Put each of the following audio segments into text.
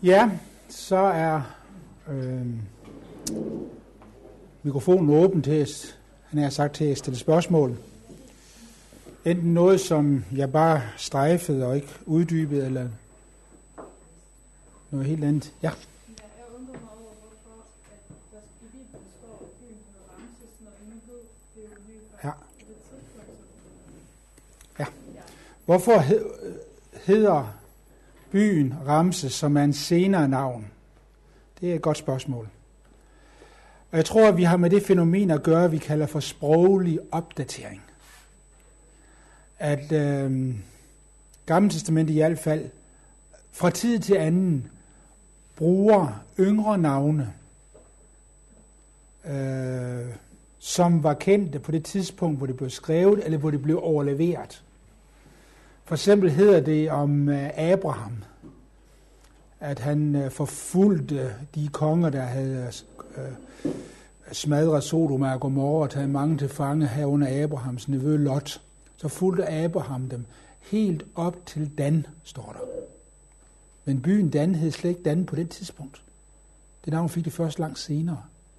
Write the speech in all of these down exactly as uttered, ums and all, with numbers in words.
Ja, så er øh, mikrofonen åben til, han har sagt til at stille spørgsmål. Enten noget, som jeg bare strejfede og ikke uddybede, eller noget helt andet. Ja. Jeg undrer mig over, hvorfor at der i Bibelen står, at byen hedder Ramses, når ingen ved, det er jo lige fra det tidspunkt. Ja. Hvorfor hedder byen Ramses, som er en senere navn? Det er et godt spørgsmål. Og jeg tror, at vi har med det fænomen at gøre, vi kalder for sproglig opdatering. At øh, Gamle Testamentet i hvert fald fra tid til anden bruger yngre navne, øh, som var kendte på det tidspunkt, hvor det blev skrevet, eller hvor det blev overleveret. For eksempel hedder det om Abraham, at han forfulgte de konger, der havde øh, smadret Sodoma og Gomorra og taget mange til fange herunder Abrahams nevø Lot. Så fulgte Abraham dem helt op til Dan, står der. Men byen Dan hed slet ikke Dan på det tidspunkt. Det navn fik det først langt senere.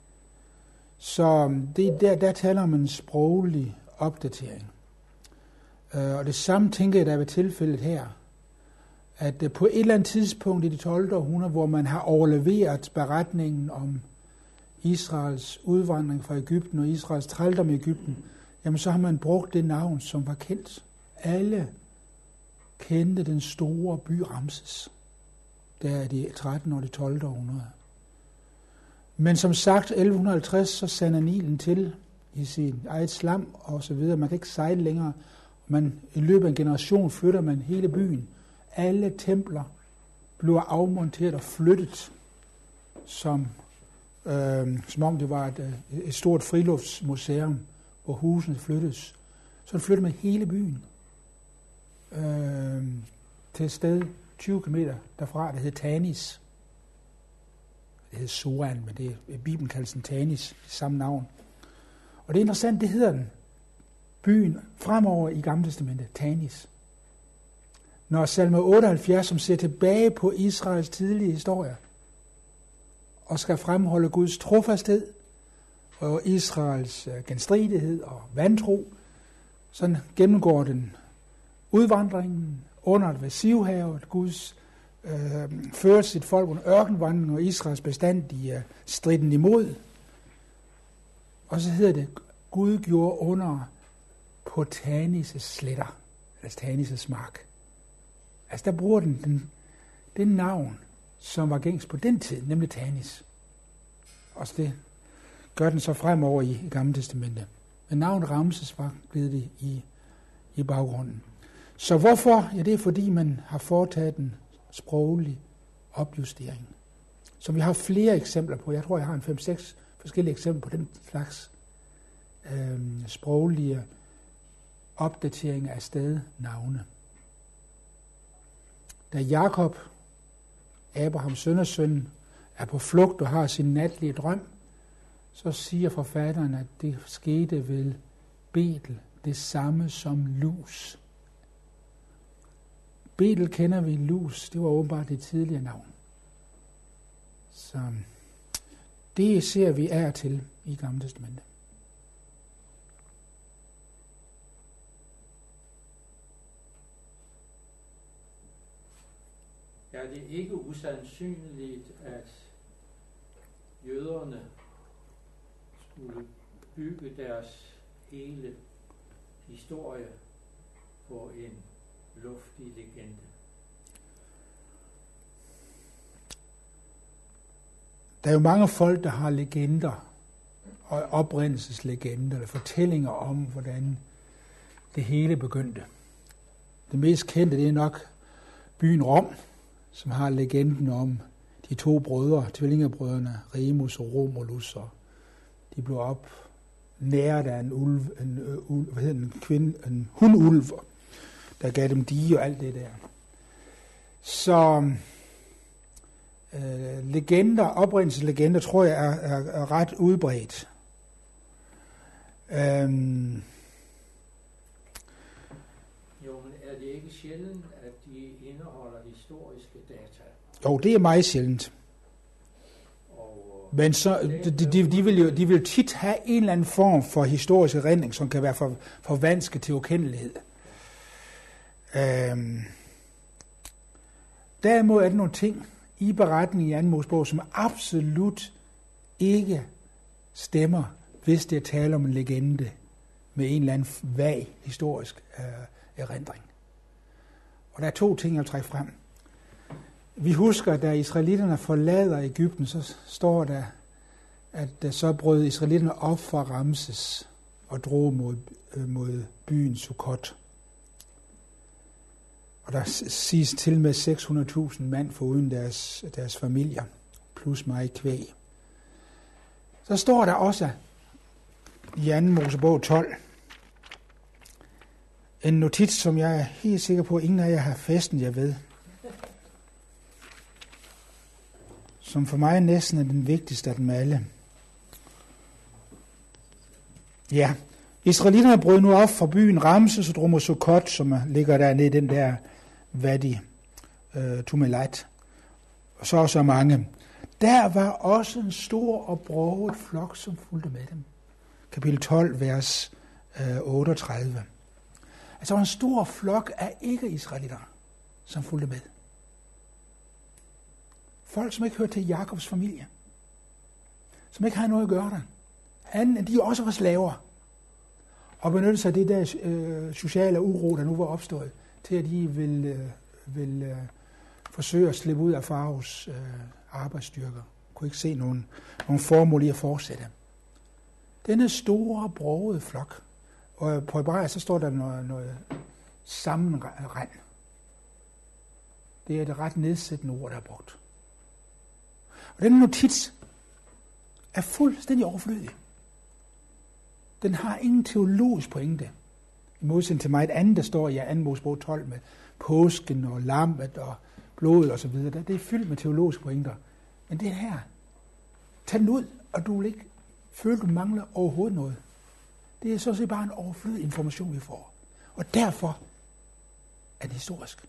Så det, der, der taler om en sproglig opdatering. Og det samme tænker jeg, der er tilfældet her. At på et eller andet tidspunkt i det tolvte århundrede, hvor man har overleveret beretningen om Israels udvandring fra Egypten og Israels trældom i Egypten, jamen så har man brugt det navn, som var kendt. Alle kendte den store by Ramses, der er det trettende og det tolvte århundrede. Men som sagt, elleve halvtreds, så sander Nilen til i sin eget slam og så videre. Man kan ikke sejle længere. Man, i løbet af en generation flytter man hele byen. Alle templer bliver afmonteret og flyttet, som, øh, som om det var et, et stort friluftsmuseum, hvor husene flyttes. Så flytter man hele byen øh, til et sted tyve kilometer derfra, der hedder Tanis. Det hedder Soan, men det er Bibelen kaldes den Tanis, samme navn. Og det er interessant, det hedder den. Byen fremover i Gamle Testamentet, Tanis. Når salme otteoghalvfjerds, som ser tilbage på Israels tidlige historie, og skal fremholde Guds trofasthed, og Israels genstridighed og vantro, så gennemgår den udvandringen under ved Sivhavet, Guds øh, fører sit folk under ørkenvandring og Israels bestandige striden imod. Og så hedder det, Gud gjorde under på Tanis' sletter, eller Tanis' mark. Altså der bruger den, den det navn, som var gængs på den tid, nemlig Tanis. Og det gør den så fremover i, i Gamle Testamentet. Men navnet Ramses var blevet det i, i baggrunden. Så hvorfor? Ja, det er fordi, man har foretaget en sproglig opjustering. Så vi har flere eksempler på. Jeg tror, jeg har en fem seks forskellige eksempler på den slags øh, sproglige opdatering af stednavne. Da Jakob, Abrahams sønnesøn, er på flugt og har sin natlige drøm, så siger forfatteren, at det skete ved Betel, det samme som Lus. Betel kender vi, Lus, det var åbenbart det tidligere navn. Så det ser vi af og til i Gamle Testamentet. Er det ikke usandsynligt, at jøderne skulle bygge deres hele historie på en luftig legende? Der er jo mange folk, der har legender og oprindelseslegender, eller fortællinger om, hvordan det hele begyndte. Det mest kendte, det er nok byen Rom, som har legenden om de to brødre, tvillingebrødrene, Remus og Romulus, og de blev op næret af en ulv, en, uh, ulv, hvad hedder en kvinde, en hundulv, der gav dem dige og alt det der. Så øh, legender, oprindelseslegender, tror jeg er, er, er ret udbredt. Øhm, Jo, men er det ikke sjældent, at de indeholder historiske data? Jo, det er meget sjældent. Men så, de, de, de, vil jo, de vil tit have en eller anden form for historisk erindring, som kan være for, for vansket til ukendelighed. Øhm. Derimod er der nogle ting i beretningen i anden Mosebog, som absolut ikke stemmer, hvis det er tale om en legende med en eller anden vag historisk øh, erindring. Og der er to ting, jeg vil trække frem. Vi husker, da israelitterne forlader Egypten, så står der, at så brød israelitterne op fra Ramses og drog mod, øh, mod byen Sukkot. Og der siges til med seks hundrede tusind mand foruden deres, deres familier, plus meget kvæg. Så står der også i anden Mosebog tolv, en notits, som jeg er helt sikker på, at ingen af jer har fæstnet jer ved. Som for mig næsten er den vigtigste af dem alle. Ja, israelitterne brød nu op fra byen Ramses og drog mod Sukkot, som ligger dernede i den der Wadi øh, Tumelat. Og så også mange. Der var også en stor og broget flok, som fulgte med dem. Kapitel tolv, vers øh, otteogtredive. Altså, der var en stor flok af ikke-israelitter, som fulgte med. Folk, som ikke hørte til Jakobs familie. Som ikke havde noget at gøre der. Anden, de også var slaver. Og benyttede sig af det der øh, sociale uro, der nu var opstået, til at de ville, øh, ville øh, forsøge at slippe ud af faraos øh, arbejdsstyrker. Kunne ikke se nogen, nogen formål i at fortsætte. Denne store, brogede flok, og på hebraisk så står der noget, noget sammenrend. Det er et ret nedsættende ord, der er brugt. Og denne notits er fuldstændig overflødig. Den har ingen teologisk pointe. I modsætning til meget andet, der står i anden Mosebog tolv med påsken og lammet og blodet og så videre. Det er fyldt med teologiske pointer. Men det her, tag den ud, og du vil ikke føle, du mangler overhovedet noget. Det er så set bare en overflødig information, vi får. Og derfor er det historisk.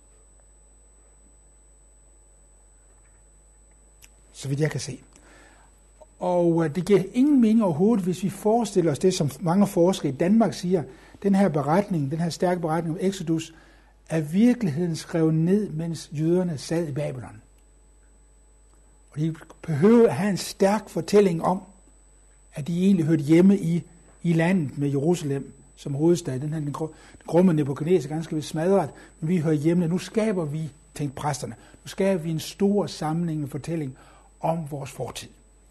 Så vidt jeg kan se. Og det giver ingen mening overhovedet, hvis vi forestiller os det, som mange forskere i Danmark siger, den her beretning, den her stærke beretning om Exodus, er virkeligheden skrevet ned, mens jøderne sad i Babylon. Og de behøver at have en stærk fortælling om, at de egentlig hørte hjemme i, i landet med Jerusalem som hovedstad. Den her den grumme Nebukadnesar ganske vist smadret, men vi hører hjemme. Nu skaber vi, tænkte præsterne, nu skaber vi en stor sammenhængende fortælling om vores fortid.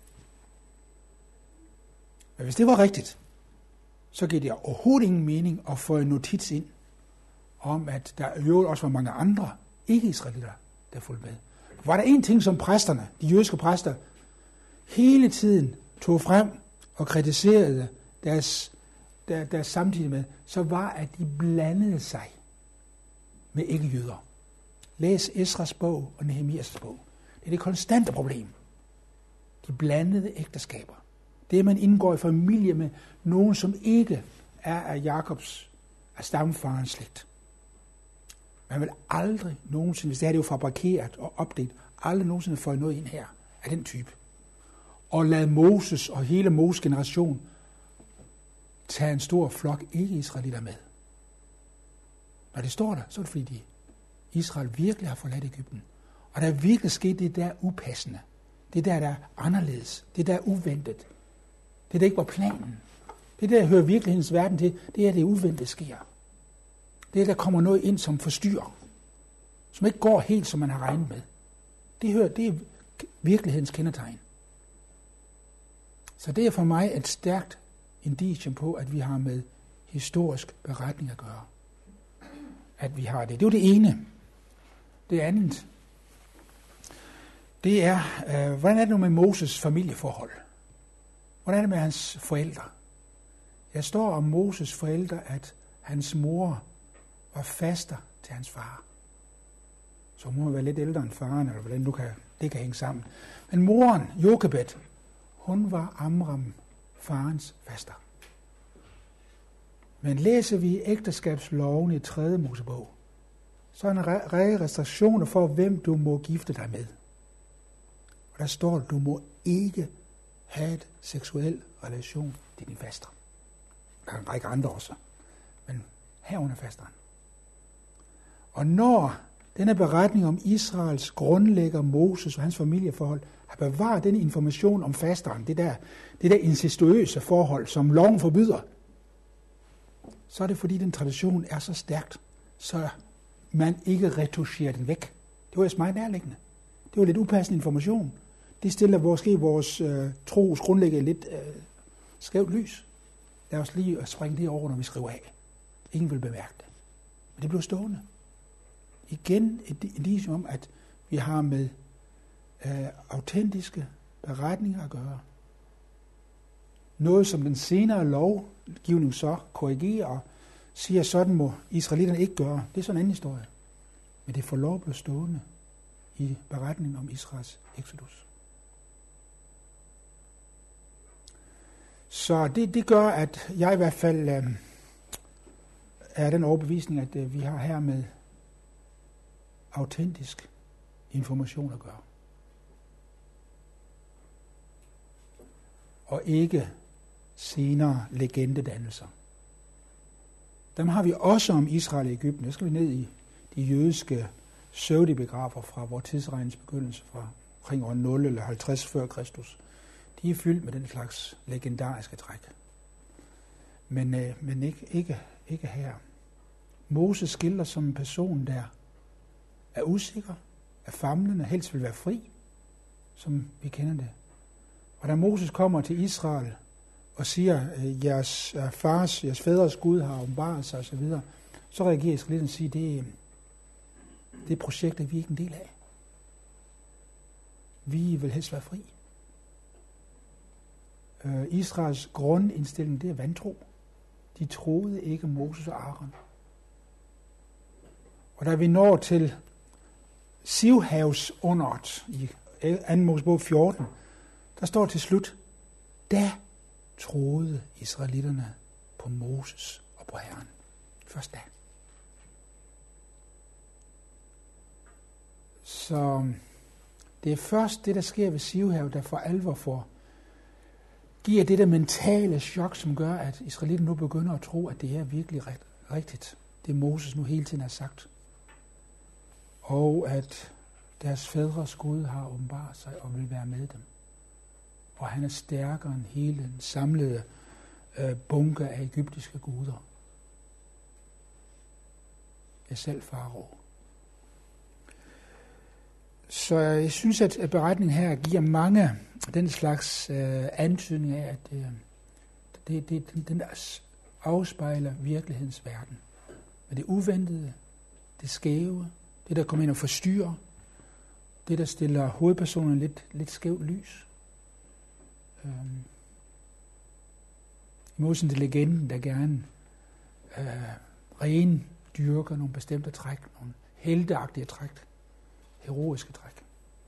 Men hvis det var rigtigt, så giver det overhovedet ingen mening at få en notits ind om, at der jo også var mange andre ikke-israelitter, der fulgte med. Var der en ting, som præsterne, de jødiske præster, hele tiden tog frem og kritiserede deres, der, deres samtidig med, så var, at de blandede sig med ikke-jøder. Læs Esras bog og Nehemias bog. Det er det konstante problem. De blandede ægteskaber. Det er, man indgår i familie med nogen, som ikke er af Jakobs, af stamfarens slægt. Man vil aldrig nogensinde, hvis det her er jo fabrikeret og opdelt, aldrig nogensinde få noget ind her af den type. Og lad Moses og hele Moses generation tage en stor flok ikke-israelitter med. Når det står der, så er det fordi, de Israel virkelig har forladt Egypten. Og der er virkelig sket det der upassende. Det der, der er anderledes. Det der er uventet. Det der ikke var planen. Det der hører virkelighedens verden til, det er det uventet sker. Det er der kommer noget ind, som forstyrrer. Som ikke går helt, som man har regnet med. Det, hører, det er virkelighedens kendetegn. Så det er for mig et stærkt indicium på, at vi har med historisk beretning at gøre. At vi har det. Det er jo det ene. Det andet, det er, øh, hvordan er det nu med Moses familieforhold? Hvordan er det med hans forældre? Jeg står om Moses forældre, at hans mor var faster til hans far. Så hun må være lidt ældre end faren, eller hvordan nu kan, det kan hænge sammen. Men moren, Jokebed, hun var Amram, farens faster. Men læser vi ægteskabsloven i tredje Mosebog, så er der en række restriktioner for, hvem du må gifte dig med. Og der står, at du må ikke have et seksuel relation til din faster. Der er en række andre også, men herunder fasteren. Og når denne beretning om Israels grundlægger Moses og hans familieforhold har bevaret den information om fasteren, det der, det der incestuøse forhold, som loven forbyder, så er det fordi den tradition er så stærkt, så man ikke retuscherer den væk. Det var jo meget nærliggende. Det var lidt upassende information. Det stiller måske vores øh, tros grundlægger lidt øh, skævt lys. Lad os lige springe det over, når vi skriver af. Ingen vil bemærke det. Men det blev stående. Igen et indicium om, at vi har med øh, autentiske beretninger at gøre. Noget, som den senere lovgivning så korrigerer og siger, at sådan må israelitterne ikke gøre. Det er sådan en anden historie. Men det får lov at blive stående i beretningen om Israels exodus. Så det, det gør, at jeg i hvert fald øh, er den overbevisning, at øh, vi har her med autentisk information at gøre. Og ikke senere legendedannelser. Dem har vi også om Israel i Egypten. Der skal vi ned i de jødiske pseudobegrafer fra vores tidsregnens begyndelse fra omkring år nul eller halvtreds før Kristus. De er fyldt med den slags legendariske træk. Men, øh, men ikke, ikke, ikke her. Moses skildrer som en person, der er usikker, er famlende, helst vil være fri, som vi kender det. Og da Moses kommer til Israel og siger, at jeres fars, jeres fædres Gud har åbenbaret sig osv., så, så reagerer israelitterne og siger, det, det er projekter, vi er ikke en del af. Vi vil helst være fri. Israels grundindstilling, det er vantro. De troede ikke Moses og Aaron. Og da vi når til Sivhavsunderet i anden Mosebog fjorten, der står til slut, da troede israelitterne på Moses og på Herren. Først da. Så det er først det, der sker ved Sivhav, der for alvor får giver det der mentale chok, som gør, at israelitterne nu begynder at tro, at det er virkelig rigtigt. Det Moses nu hele tiden har sagt. Og at deres fædres Gud har åbenbaret sig og vil være med dem. Og han er stærkere end hele den samlede øh, bunke af egyptiske guder. Jeg selv farao. Så jeg synes, at beretningen her giver mange den slags øh, antydning af, at øh, det, det, den afspejler virkelighedens verden. Men det uventede, det skæve, det der kommer ind og forstyrrer, det der stiller hovedpersonen lidt, lidt skævt lys. Øhm. I modsætning til legenden, der gerne øh, ren dyrker nogle bestemte træk, nogle helteagtige træk, heroiske træk.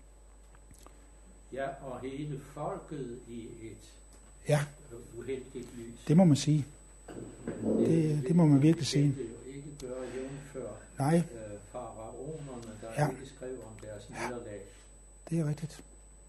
Ja, og hele folket i et ja. uheldigt lys. Det må man sige. Det, det, det må man virkelig sige. Det jo ikke gøre jævnfør Nej. Øh, faraonerne, der ja. ikke skrev om deres ja. nederlag. Det er rigtigt.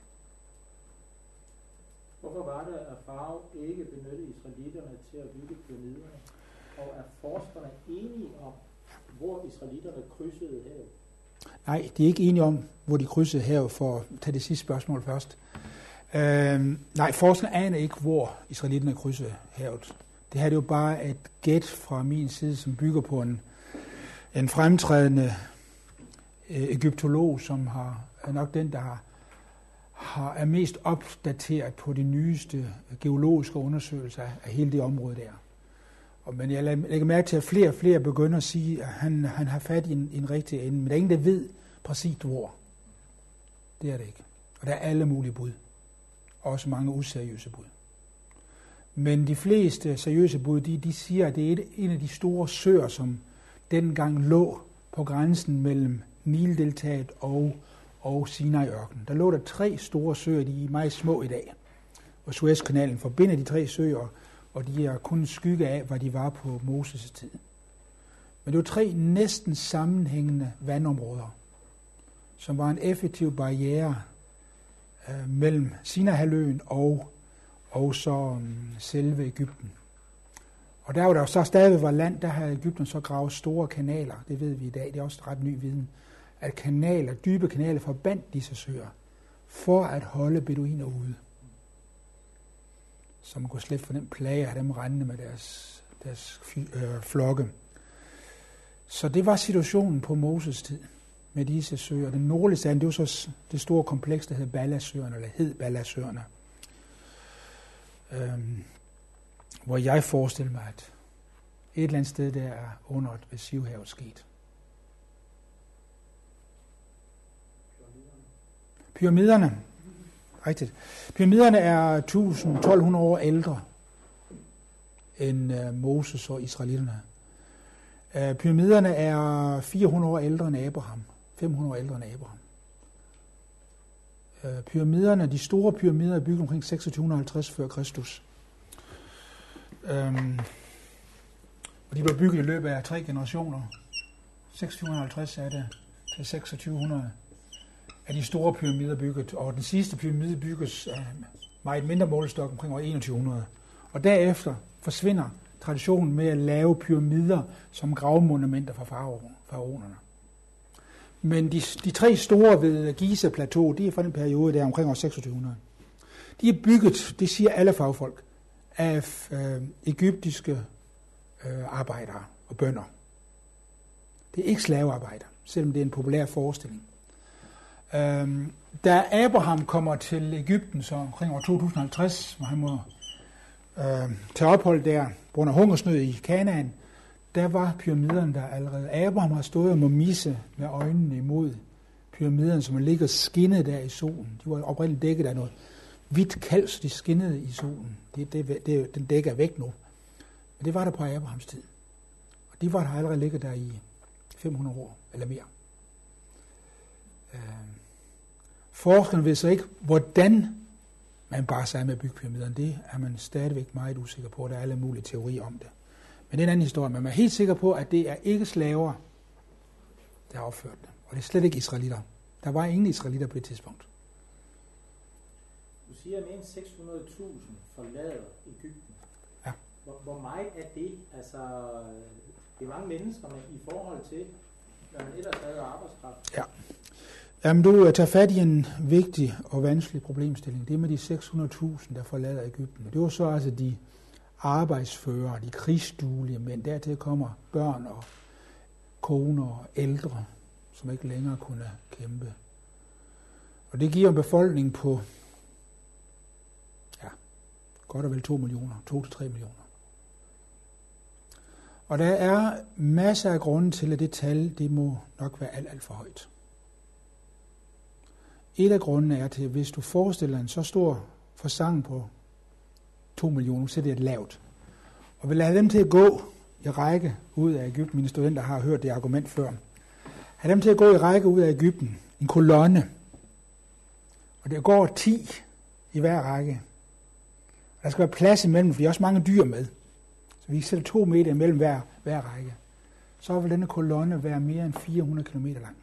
Hvorfor var det, at farao ikke benyttede israelitterne til at bygge pyramiderne? Og er forskerne enige om, hvor israelitterne krydsede havet? Nej, de er ikke enige om, hvor de krydsede havet, for at tage det sidste spørgsmål først. Øhm, nej, forskerne aner ikke, hvor israelitterne krydsede havet. Det her er jo bare et gæt fra min side, som bygger på en, en fremtrædende øh, egyptolog, som har, er nok den, der har, har, er mest opdateret på de nyeste geologiske undersøgelser af hele det område der. Og, men jeg lægger mærke til, at flere og flere begynder at sige, at han, han har fat i en, en rigtig ende, men der er ingen, der ved præcist hvor. Det er det ikke. Og der er alle mulige bud. Også mange useriøse bud. Men de fleste seriøse bud, de, de siger, at det er et, en af de store søer, som dengang lå på grænsen mellem Nildeltaet og, og Sinai-ørkenen. Der lå der tre store søer, de er meget små i dag. Og Suezkanalen forbinder de tre søer, og de er kun skygge af, hvad de var på Moses' tid. Men det var tre næsten sammenhængende vandområder, som var en effektiv barriere øh, mellem Sinai-halvøen og, og så um, selve Egypten. Og der var der så stadig var land, der havde Egypten så gravet store kanaler. Det ved vi i dag, det er også ret ny viden. At kanaler, dybe kanaler forbandt disse søer, for at holde beduiner ude. Så man kunne slippe for den plage af dem rendende med deres, deres øh, flokke. Så det var situationen på Moses tid med disse søer. Den nordlige sand, det var så det store kompleks, der hed Ballasøerne, eller hed Ballasøerne. Øhm, hvor jeg forestiller mig, at et eller andet sted, der er under et ved Sivhavet sket. Pyramiderne. Rigtigt. Pyramiderne er tusind til tolv hundrede år ældre end uh, Moses og israelitterne. Uh, pyramiderne er fire hundrede år ældre end Abraham. fem hundrede år ældre end Abraham. Uh, pyramiderne, de store pyramider, er bygget omkring seksogtyve halvtreds før Kristus. Um, og de blev bygget i løbet af tre generationer. seksogtyve halvtreds er det til seksogtyve hundrede. Er de store pyramider bygget, og den sidste pyramide bygges af meget mindre målestok omkring år enogtyve hundrede. Og derefter forsvinder traditionen med at lave pyramider som gravmonumenter for faraonerne. Men de, de tre store ved Giza-plateau, de er fra den periode der omkring år seksogtyve hundrede. De er bygget, det siger alle fagfolk, af øh, egyptiske øh, arbejdere og bønder. Det er ikke slavearbejder, selvom det er en populær forestilling. Øhm, da Abraham kommer til Egypten, så omkring år to tusind og halvtreds, hvor han må øh, tage ophold der, på grund af hungersnød i Kanaan, der var pyramiderne der allerede. Abraham har stået og må misse med øjnene imod pyramiderne, som ligger skinnet der i solen. De var oprindeligt dækket af noget hvidt kalk, så de skinnede i solen. Det, det, det, den dækker væk nu. Men det var der på Abrahams tid. Og de var der allerede ligget der i fem hundrede år eller mere. Øh, forskerne ved så ikke, hvordan man bare sagde med at bygge pyramiderne. Det er man stadigvæk meget usikker på. Der er alle mulige teorier om det. Men det er en anden historie. Men man er helt sikker på, at det er ikke slaver, der har opført det. Og det er slet ikke israelitter. Der var ingen israelitter på det tidspunkt. Du siger, at mere end seks hundrede tusind forlader Egypten. Ja. Hvor, hvor meget er det? Altså, det er mange mennesker, men i forhold til, når man ellers havde arbejdskraft. Ja. Jamen, du tager fat i en vigtig og vanskelig problemstilling. Det er med de seks hundrede tusind, der forlader Egypten. Det var så altså de arbejdsførere, de krigsduelige mænd. Dertil kommer børn og koner og ældre, som ikke længere kunne kæmpe. Og det giver en befolkning på ja, godt og vel to millioner, to til tre millioner. Og der er masser af grunde til, at det tal, det må nok være alt, alt for højt. Et af grundene er til, at hvis du forestiller en så stor forsamling på to millioner, så er det et lavt. Og vil lade dem til at gå i række ud af Egypten, mine studenter har hørt det argument før, have dem til at gå i række ud af Egypten, en kolonne, og der går ti i hver række. Og der skal være plads imellem, for der er også mange dyr med. Så vi sætter to meter imellem hver, hver række. Så vil denne kolonne være mere end fire hundrede kilometer lang.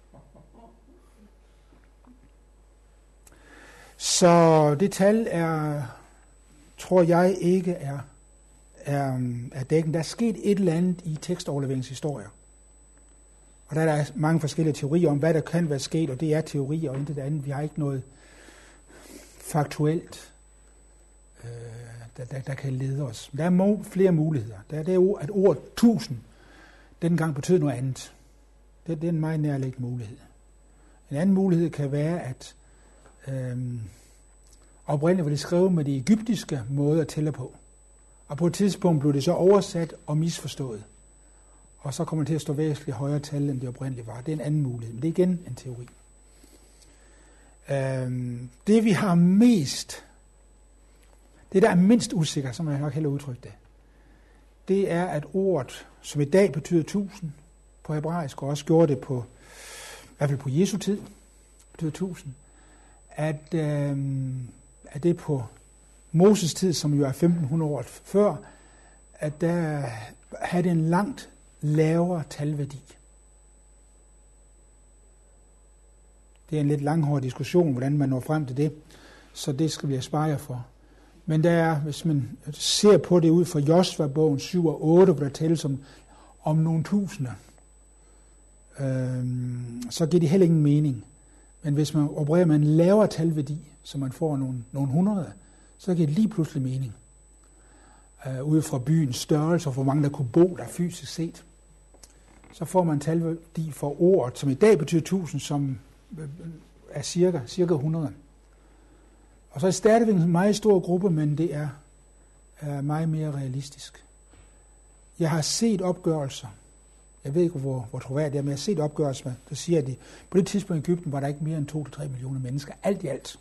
Så det tal er, tror jeg ikke er, er, er dækkende. Der er sket et eller andet i tekstoverleveringshistorier. Og der er der mange forskellige teorier om, hvad der kan være sket, og det er teorier og intet andet. Vi har ikke noget faktuelt, øh, der, der, der kan lede os. Der er må, flere muligheder. Der er det, at ordet tusind dengang betød noget andet. Det, det er en meget nærliggende mulighed. En anden mulighed kan være, at Øhm, oprindeligt var det skrevet med de egyptiske måder at tælle på. Og på et tidspunkt blev det så oversat og misforstået. Og så kommer det til at stå væsentligt højere tal, end det oprindeligt var. Det er en anden mulighed, men det er igen en teori. Øhm, det vi har mest, det der er mindst usikker, som jeg nok heller udtrykt det, det er, at ordet, som i dag betyder tusind på hebraisk, og også gjorde det på, i hvert fald på Jesu tid, betyder tusind, at, øh, at det på Moses tid, som jo er femten hundrede år før, at der havde det en langt lavere talværdi. Det er en lidt langhård diskussion, hvordan man når frem til det, så det skal vi spare jer for. Men der er, hvis man ser på det ud fra Josva-bogen syv og otte, hvor der tales om, om nogle tusinde, øh, så giver det heller ingen mening. Men hvis man opererer med en lavere talværdi, så man får nogle, nogle hundrede, så giver det lige pludselig mening. Øh, ud fra byens størrelse, og hvor mange der kunne bo der fysisk set. Så får man en talværdi for ordet, som i dag betyder tusind, som er cirka, cirka hundrede. Og så er det stadigvæk en meget stor gruppe, men det er, er meget mere realistisk. Jeg har set opgørelser, jeg ved ikke, hvor, hvor troværdigt det er, men jeg har set opgørelser, der siger, at på det tidspunkt i Egypten var der ikke mere end to til tre millioner mennesker, alt i alt.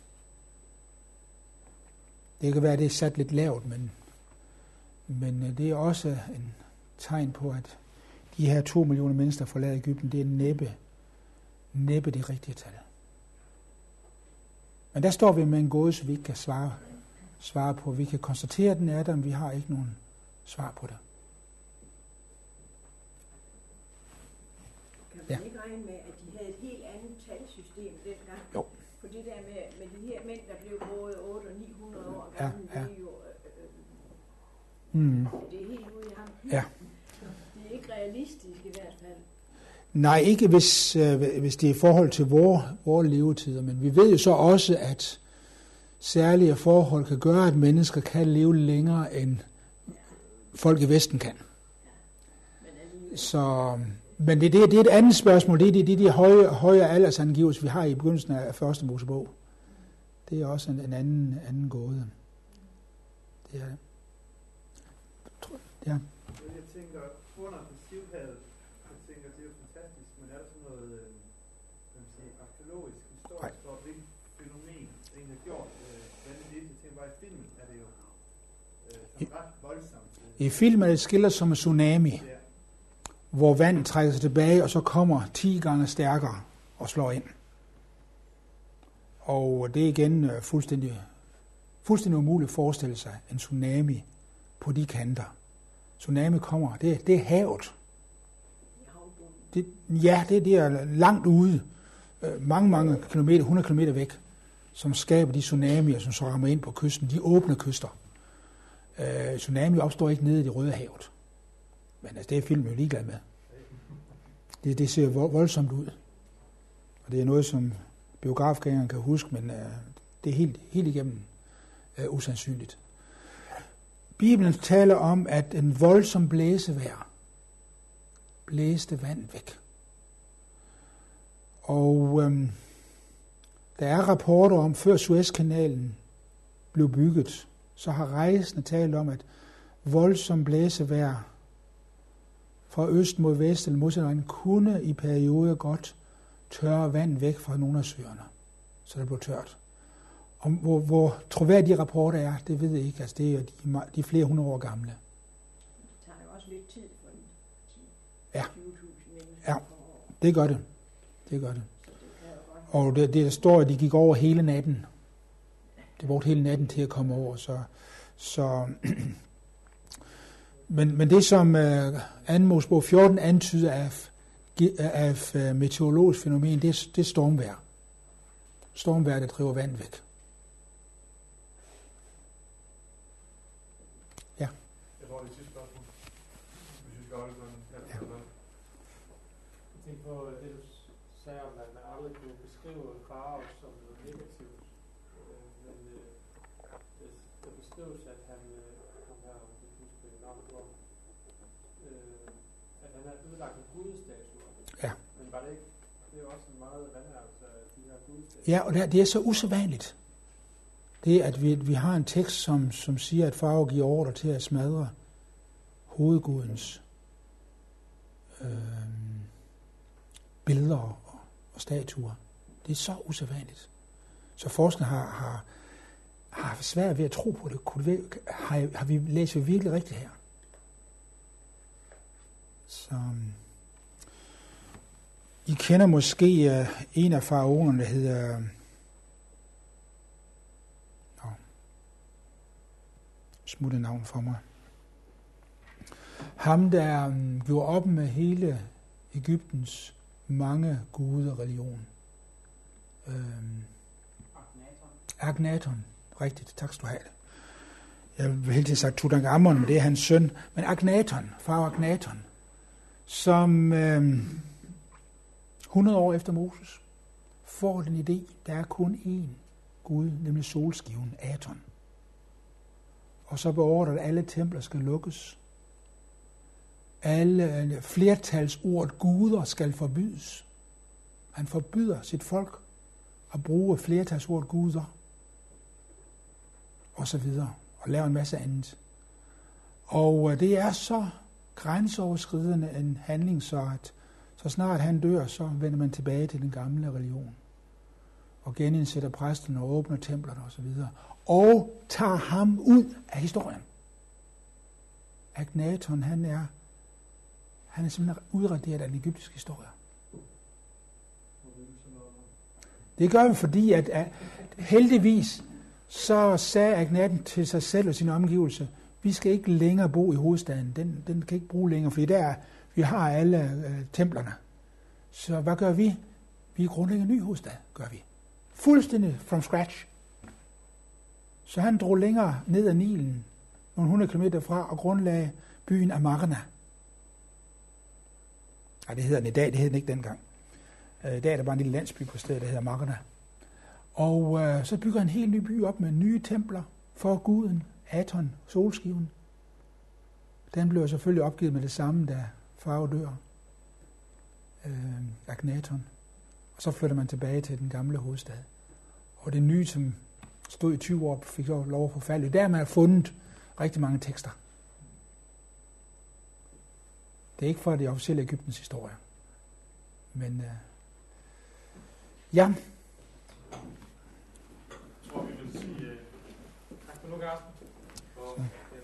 Det kan være, at det er sat lidt lavt, men, men det er også en tegn på, at de her to millioner mennesker, der forlader Egypten, det er næppe, næppe det rigtige tal. Men der står vi med en gåde, så vi ikke kan svare, svare på. Vi kan konstatere, at den er der, men vi har ikke nogen svar på det. Kan man ja. ikke regne med, at de havde et helt andet talsystem dengang? Jo. For det der med, med de her mænd, der blev både otte og ni hundrede år gamle, ja, ja. det er jo øh, mm. det er helt ude i ham. Ja. Det er ikke realistisk i hvert fald. Nej, ikke hvis, øh, hvis det er i forhold til vores, vores levetider, men vi ved jo så også, at særlige forhold kan gøre, at mennesker kan leve længere, end folk i Vesten kan. Så, men det, det, det er et andet spørgsmål. Det er de, de, de høje, høje aldersangivelser, vi har i begyndelsen af første Mosebog. Det er også en, en anden, anden gåde. Det er det. Ja. Jeg tænker, under passivhavet, jeg tænker, det er jo fantastisk, men er der sådan noget, hvad man siger, arkeologisk, historisk, for hvilket fænomen, det egentlig har gjort, hvordan det er, jeg tænker bare i filmen, er det jo øh, ret voldsomt. I filmen er det skildret som en tsunami, ja. Hvor vand trækker sig tilbage, og så kommer ti gange stærkere og slår ind. Og det er igen øh, fuldstændig, fuldstændig umuligt at forestille sig en tsunami på de kanter. Tsunami kommer, det, det er havet. Det, ja, det, det er langt ude, øh, mange, mange kilometer, hundrede kilometer væk, som skaber de tsunamier, som så rammer ind på kysten, de åbne kyster. Øh, tsunami opstår ikke nede i det Røde Havet. Men altså, det er filmen jo ligeglad med. Det, det ser voldsomt ud. Og det er noget, som biografgængeren kan huske, men øh, det er helt, helt igennem øh, usandsynligt. Bibelen taler om, at en voldsom blæsevejr blæste vand væk. Og øhm, der er rapporter om, før Suezkanalen blev bygget, så har rejsende talt om, at voldsom blæsevejr fra øst mod vest eller modsat kunne i perioder godt tørre vand væk fra nogle af søerne, så det blev tørt. Om hvor, hvor troværdige de rapporter er, det ved jeg ikke. Altså, det er de, de er flere hundrede år gamle. Det tager jo også lidt tid for en ja. tyve tusind mennesker. Ja, det gør det. Det gør det. Og det, det står, at de gik over hele natten. Det brugte hele natten til at komme over. Så, så men, men det, som uh, anden Mosebog fjorten antyder af, af, af meteorologisk fænomen, det, det er stormvejr. Stormvejr, der driver vand væk. Ja. Jeg tror, det er sidste spørgsmål. Hvis vi skal holde sådan. Ja. Jeg tænker på det, du sagde om, at man aldrig kunne beskrive farve som noget negativt. Men det, det beskrives, at han, han her, at han har ødelagt en gudestatuer. Ja. Men var det ikke, det er jo også en meget vandhærelse af de her gudestatuer. Ja, og det er, det er så usædvanligt. Det er, at vi, vi har en tekst, som, som siger, at farve giver ordre til at smadre hovedgudens øh, billeder og, og statuer. Det er så usædvanligt. Så forskerne har, har, har svært ved at tro på det. Kunne det har, har vi læst virkelig rigtigt her? Så I kender måske uh, en af faraonerne, der hedder uh, smutte navn for mig. Ham, der um, gjorde op med hele Egyptens mange gude religion. Øhm, Akhenaton. Akhenaton, rigtigt, tak skal du have. Jeg vil helt til sagt Tutankhamon, men det er hans søn. Men Akhenaton, far Akhenaton, som øhm, hundrede år efter Moses får den idé, der er kun én Gud, nemlig solskiven, Aton. Og så beordrer, at alle templer skal lukkes. Alle flertalsordet guder skal forbydes. Han forbyder sit folk at bruge flertalsordet guder, og så videre, og laver en masse andet. Og det er så grænseoverskridende en handling, så at så snart han dør, så vender man tilbage til den gamle religion, og genindsætter præsterne og åbner templerne og så videre, og tager ham ud af historien. Akhenaton, han er han er simpelthen udraderet af den egyptiske historie. Det gør vi, fordi at, at heldigvis så sagde Akhenaton til sig selv og sin omgivelse, vi skal ikke længere bo i hovedstaden, den, den kan ikke bruge længere, fordi der vi har alle øh, templerne. Så hvad gør vi? Vi grundlægger en ny hovedstad, gør vi. Fuldstændig from scratch. Så han drog længere ned ad Nilen, nogle hundrede kilometer fra, og grundlagde byen Amarna. Ej, det hedder den i dag, det hed den ikke dengang. I dag er der bare en lille landsby på stedet, der hedder Amarna. Og øh, så bygger han en helt ny by op med nye templer for guden, Aton, solskiven. Den blev selvfølgelig opgivet med det samme, da Farao dør, øh, Akhenaton. Og så flytter man tilbage til den gamle hovedstad. Og det nye, som stod i tyve år, fik lov at forfalde. Der man har fundet rigtig mange tekster. Det er ikke for det officielle Egyptens historie. Men øh, ja. Jeg tror, vi vil sige uh, tak for nu, Carsten. Og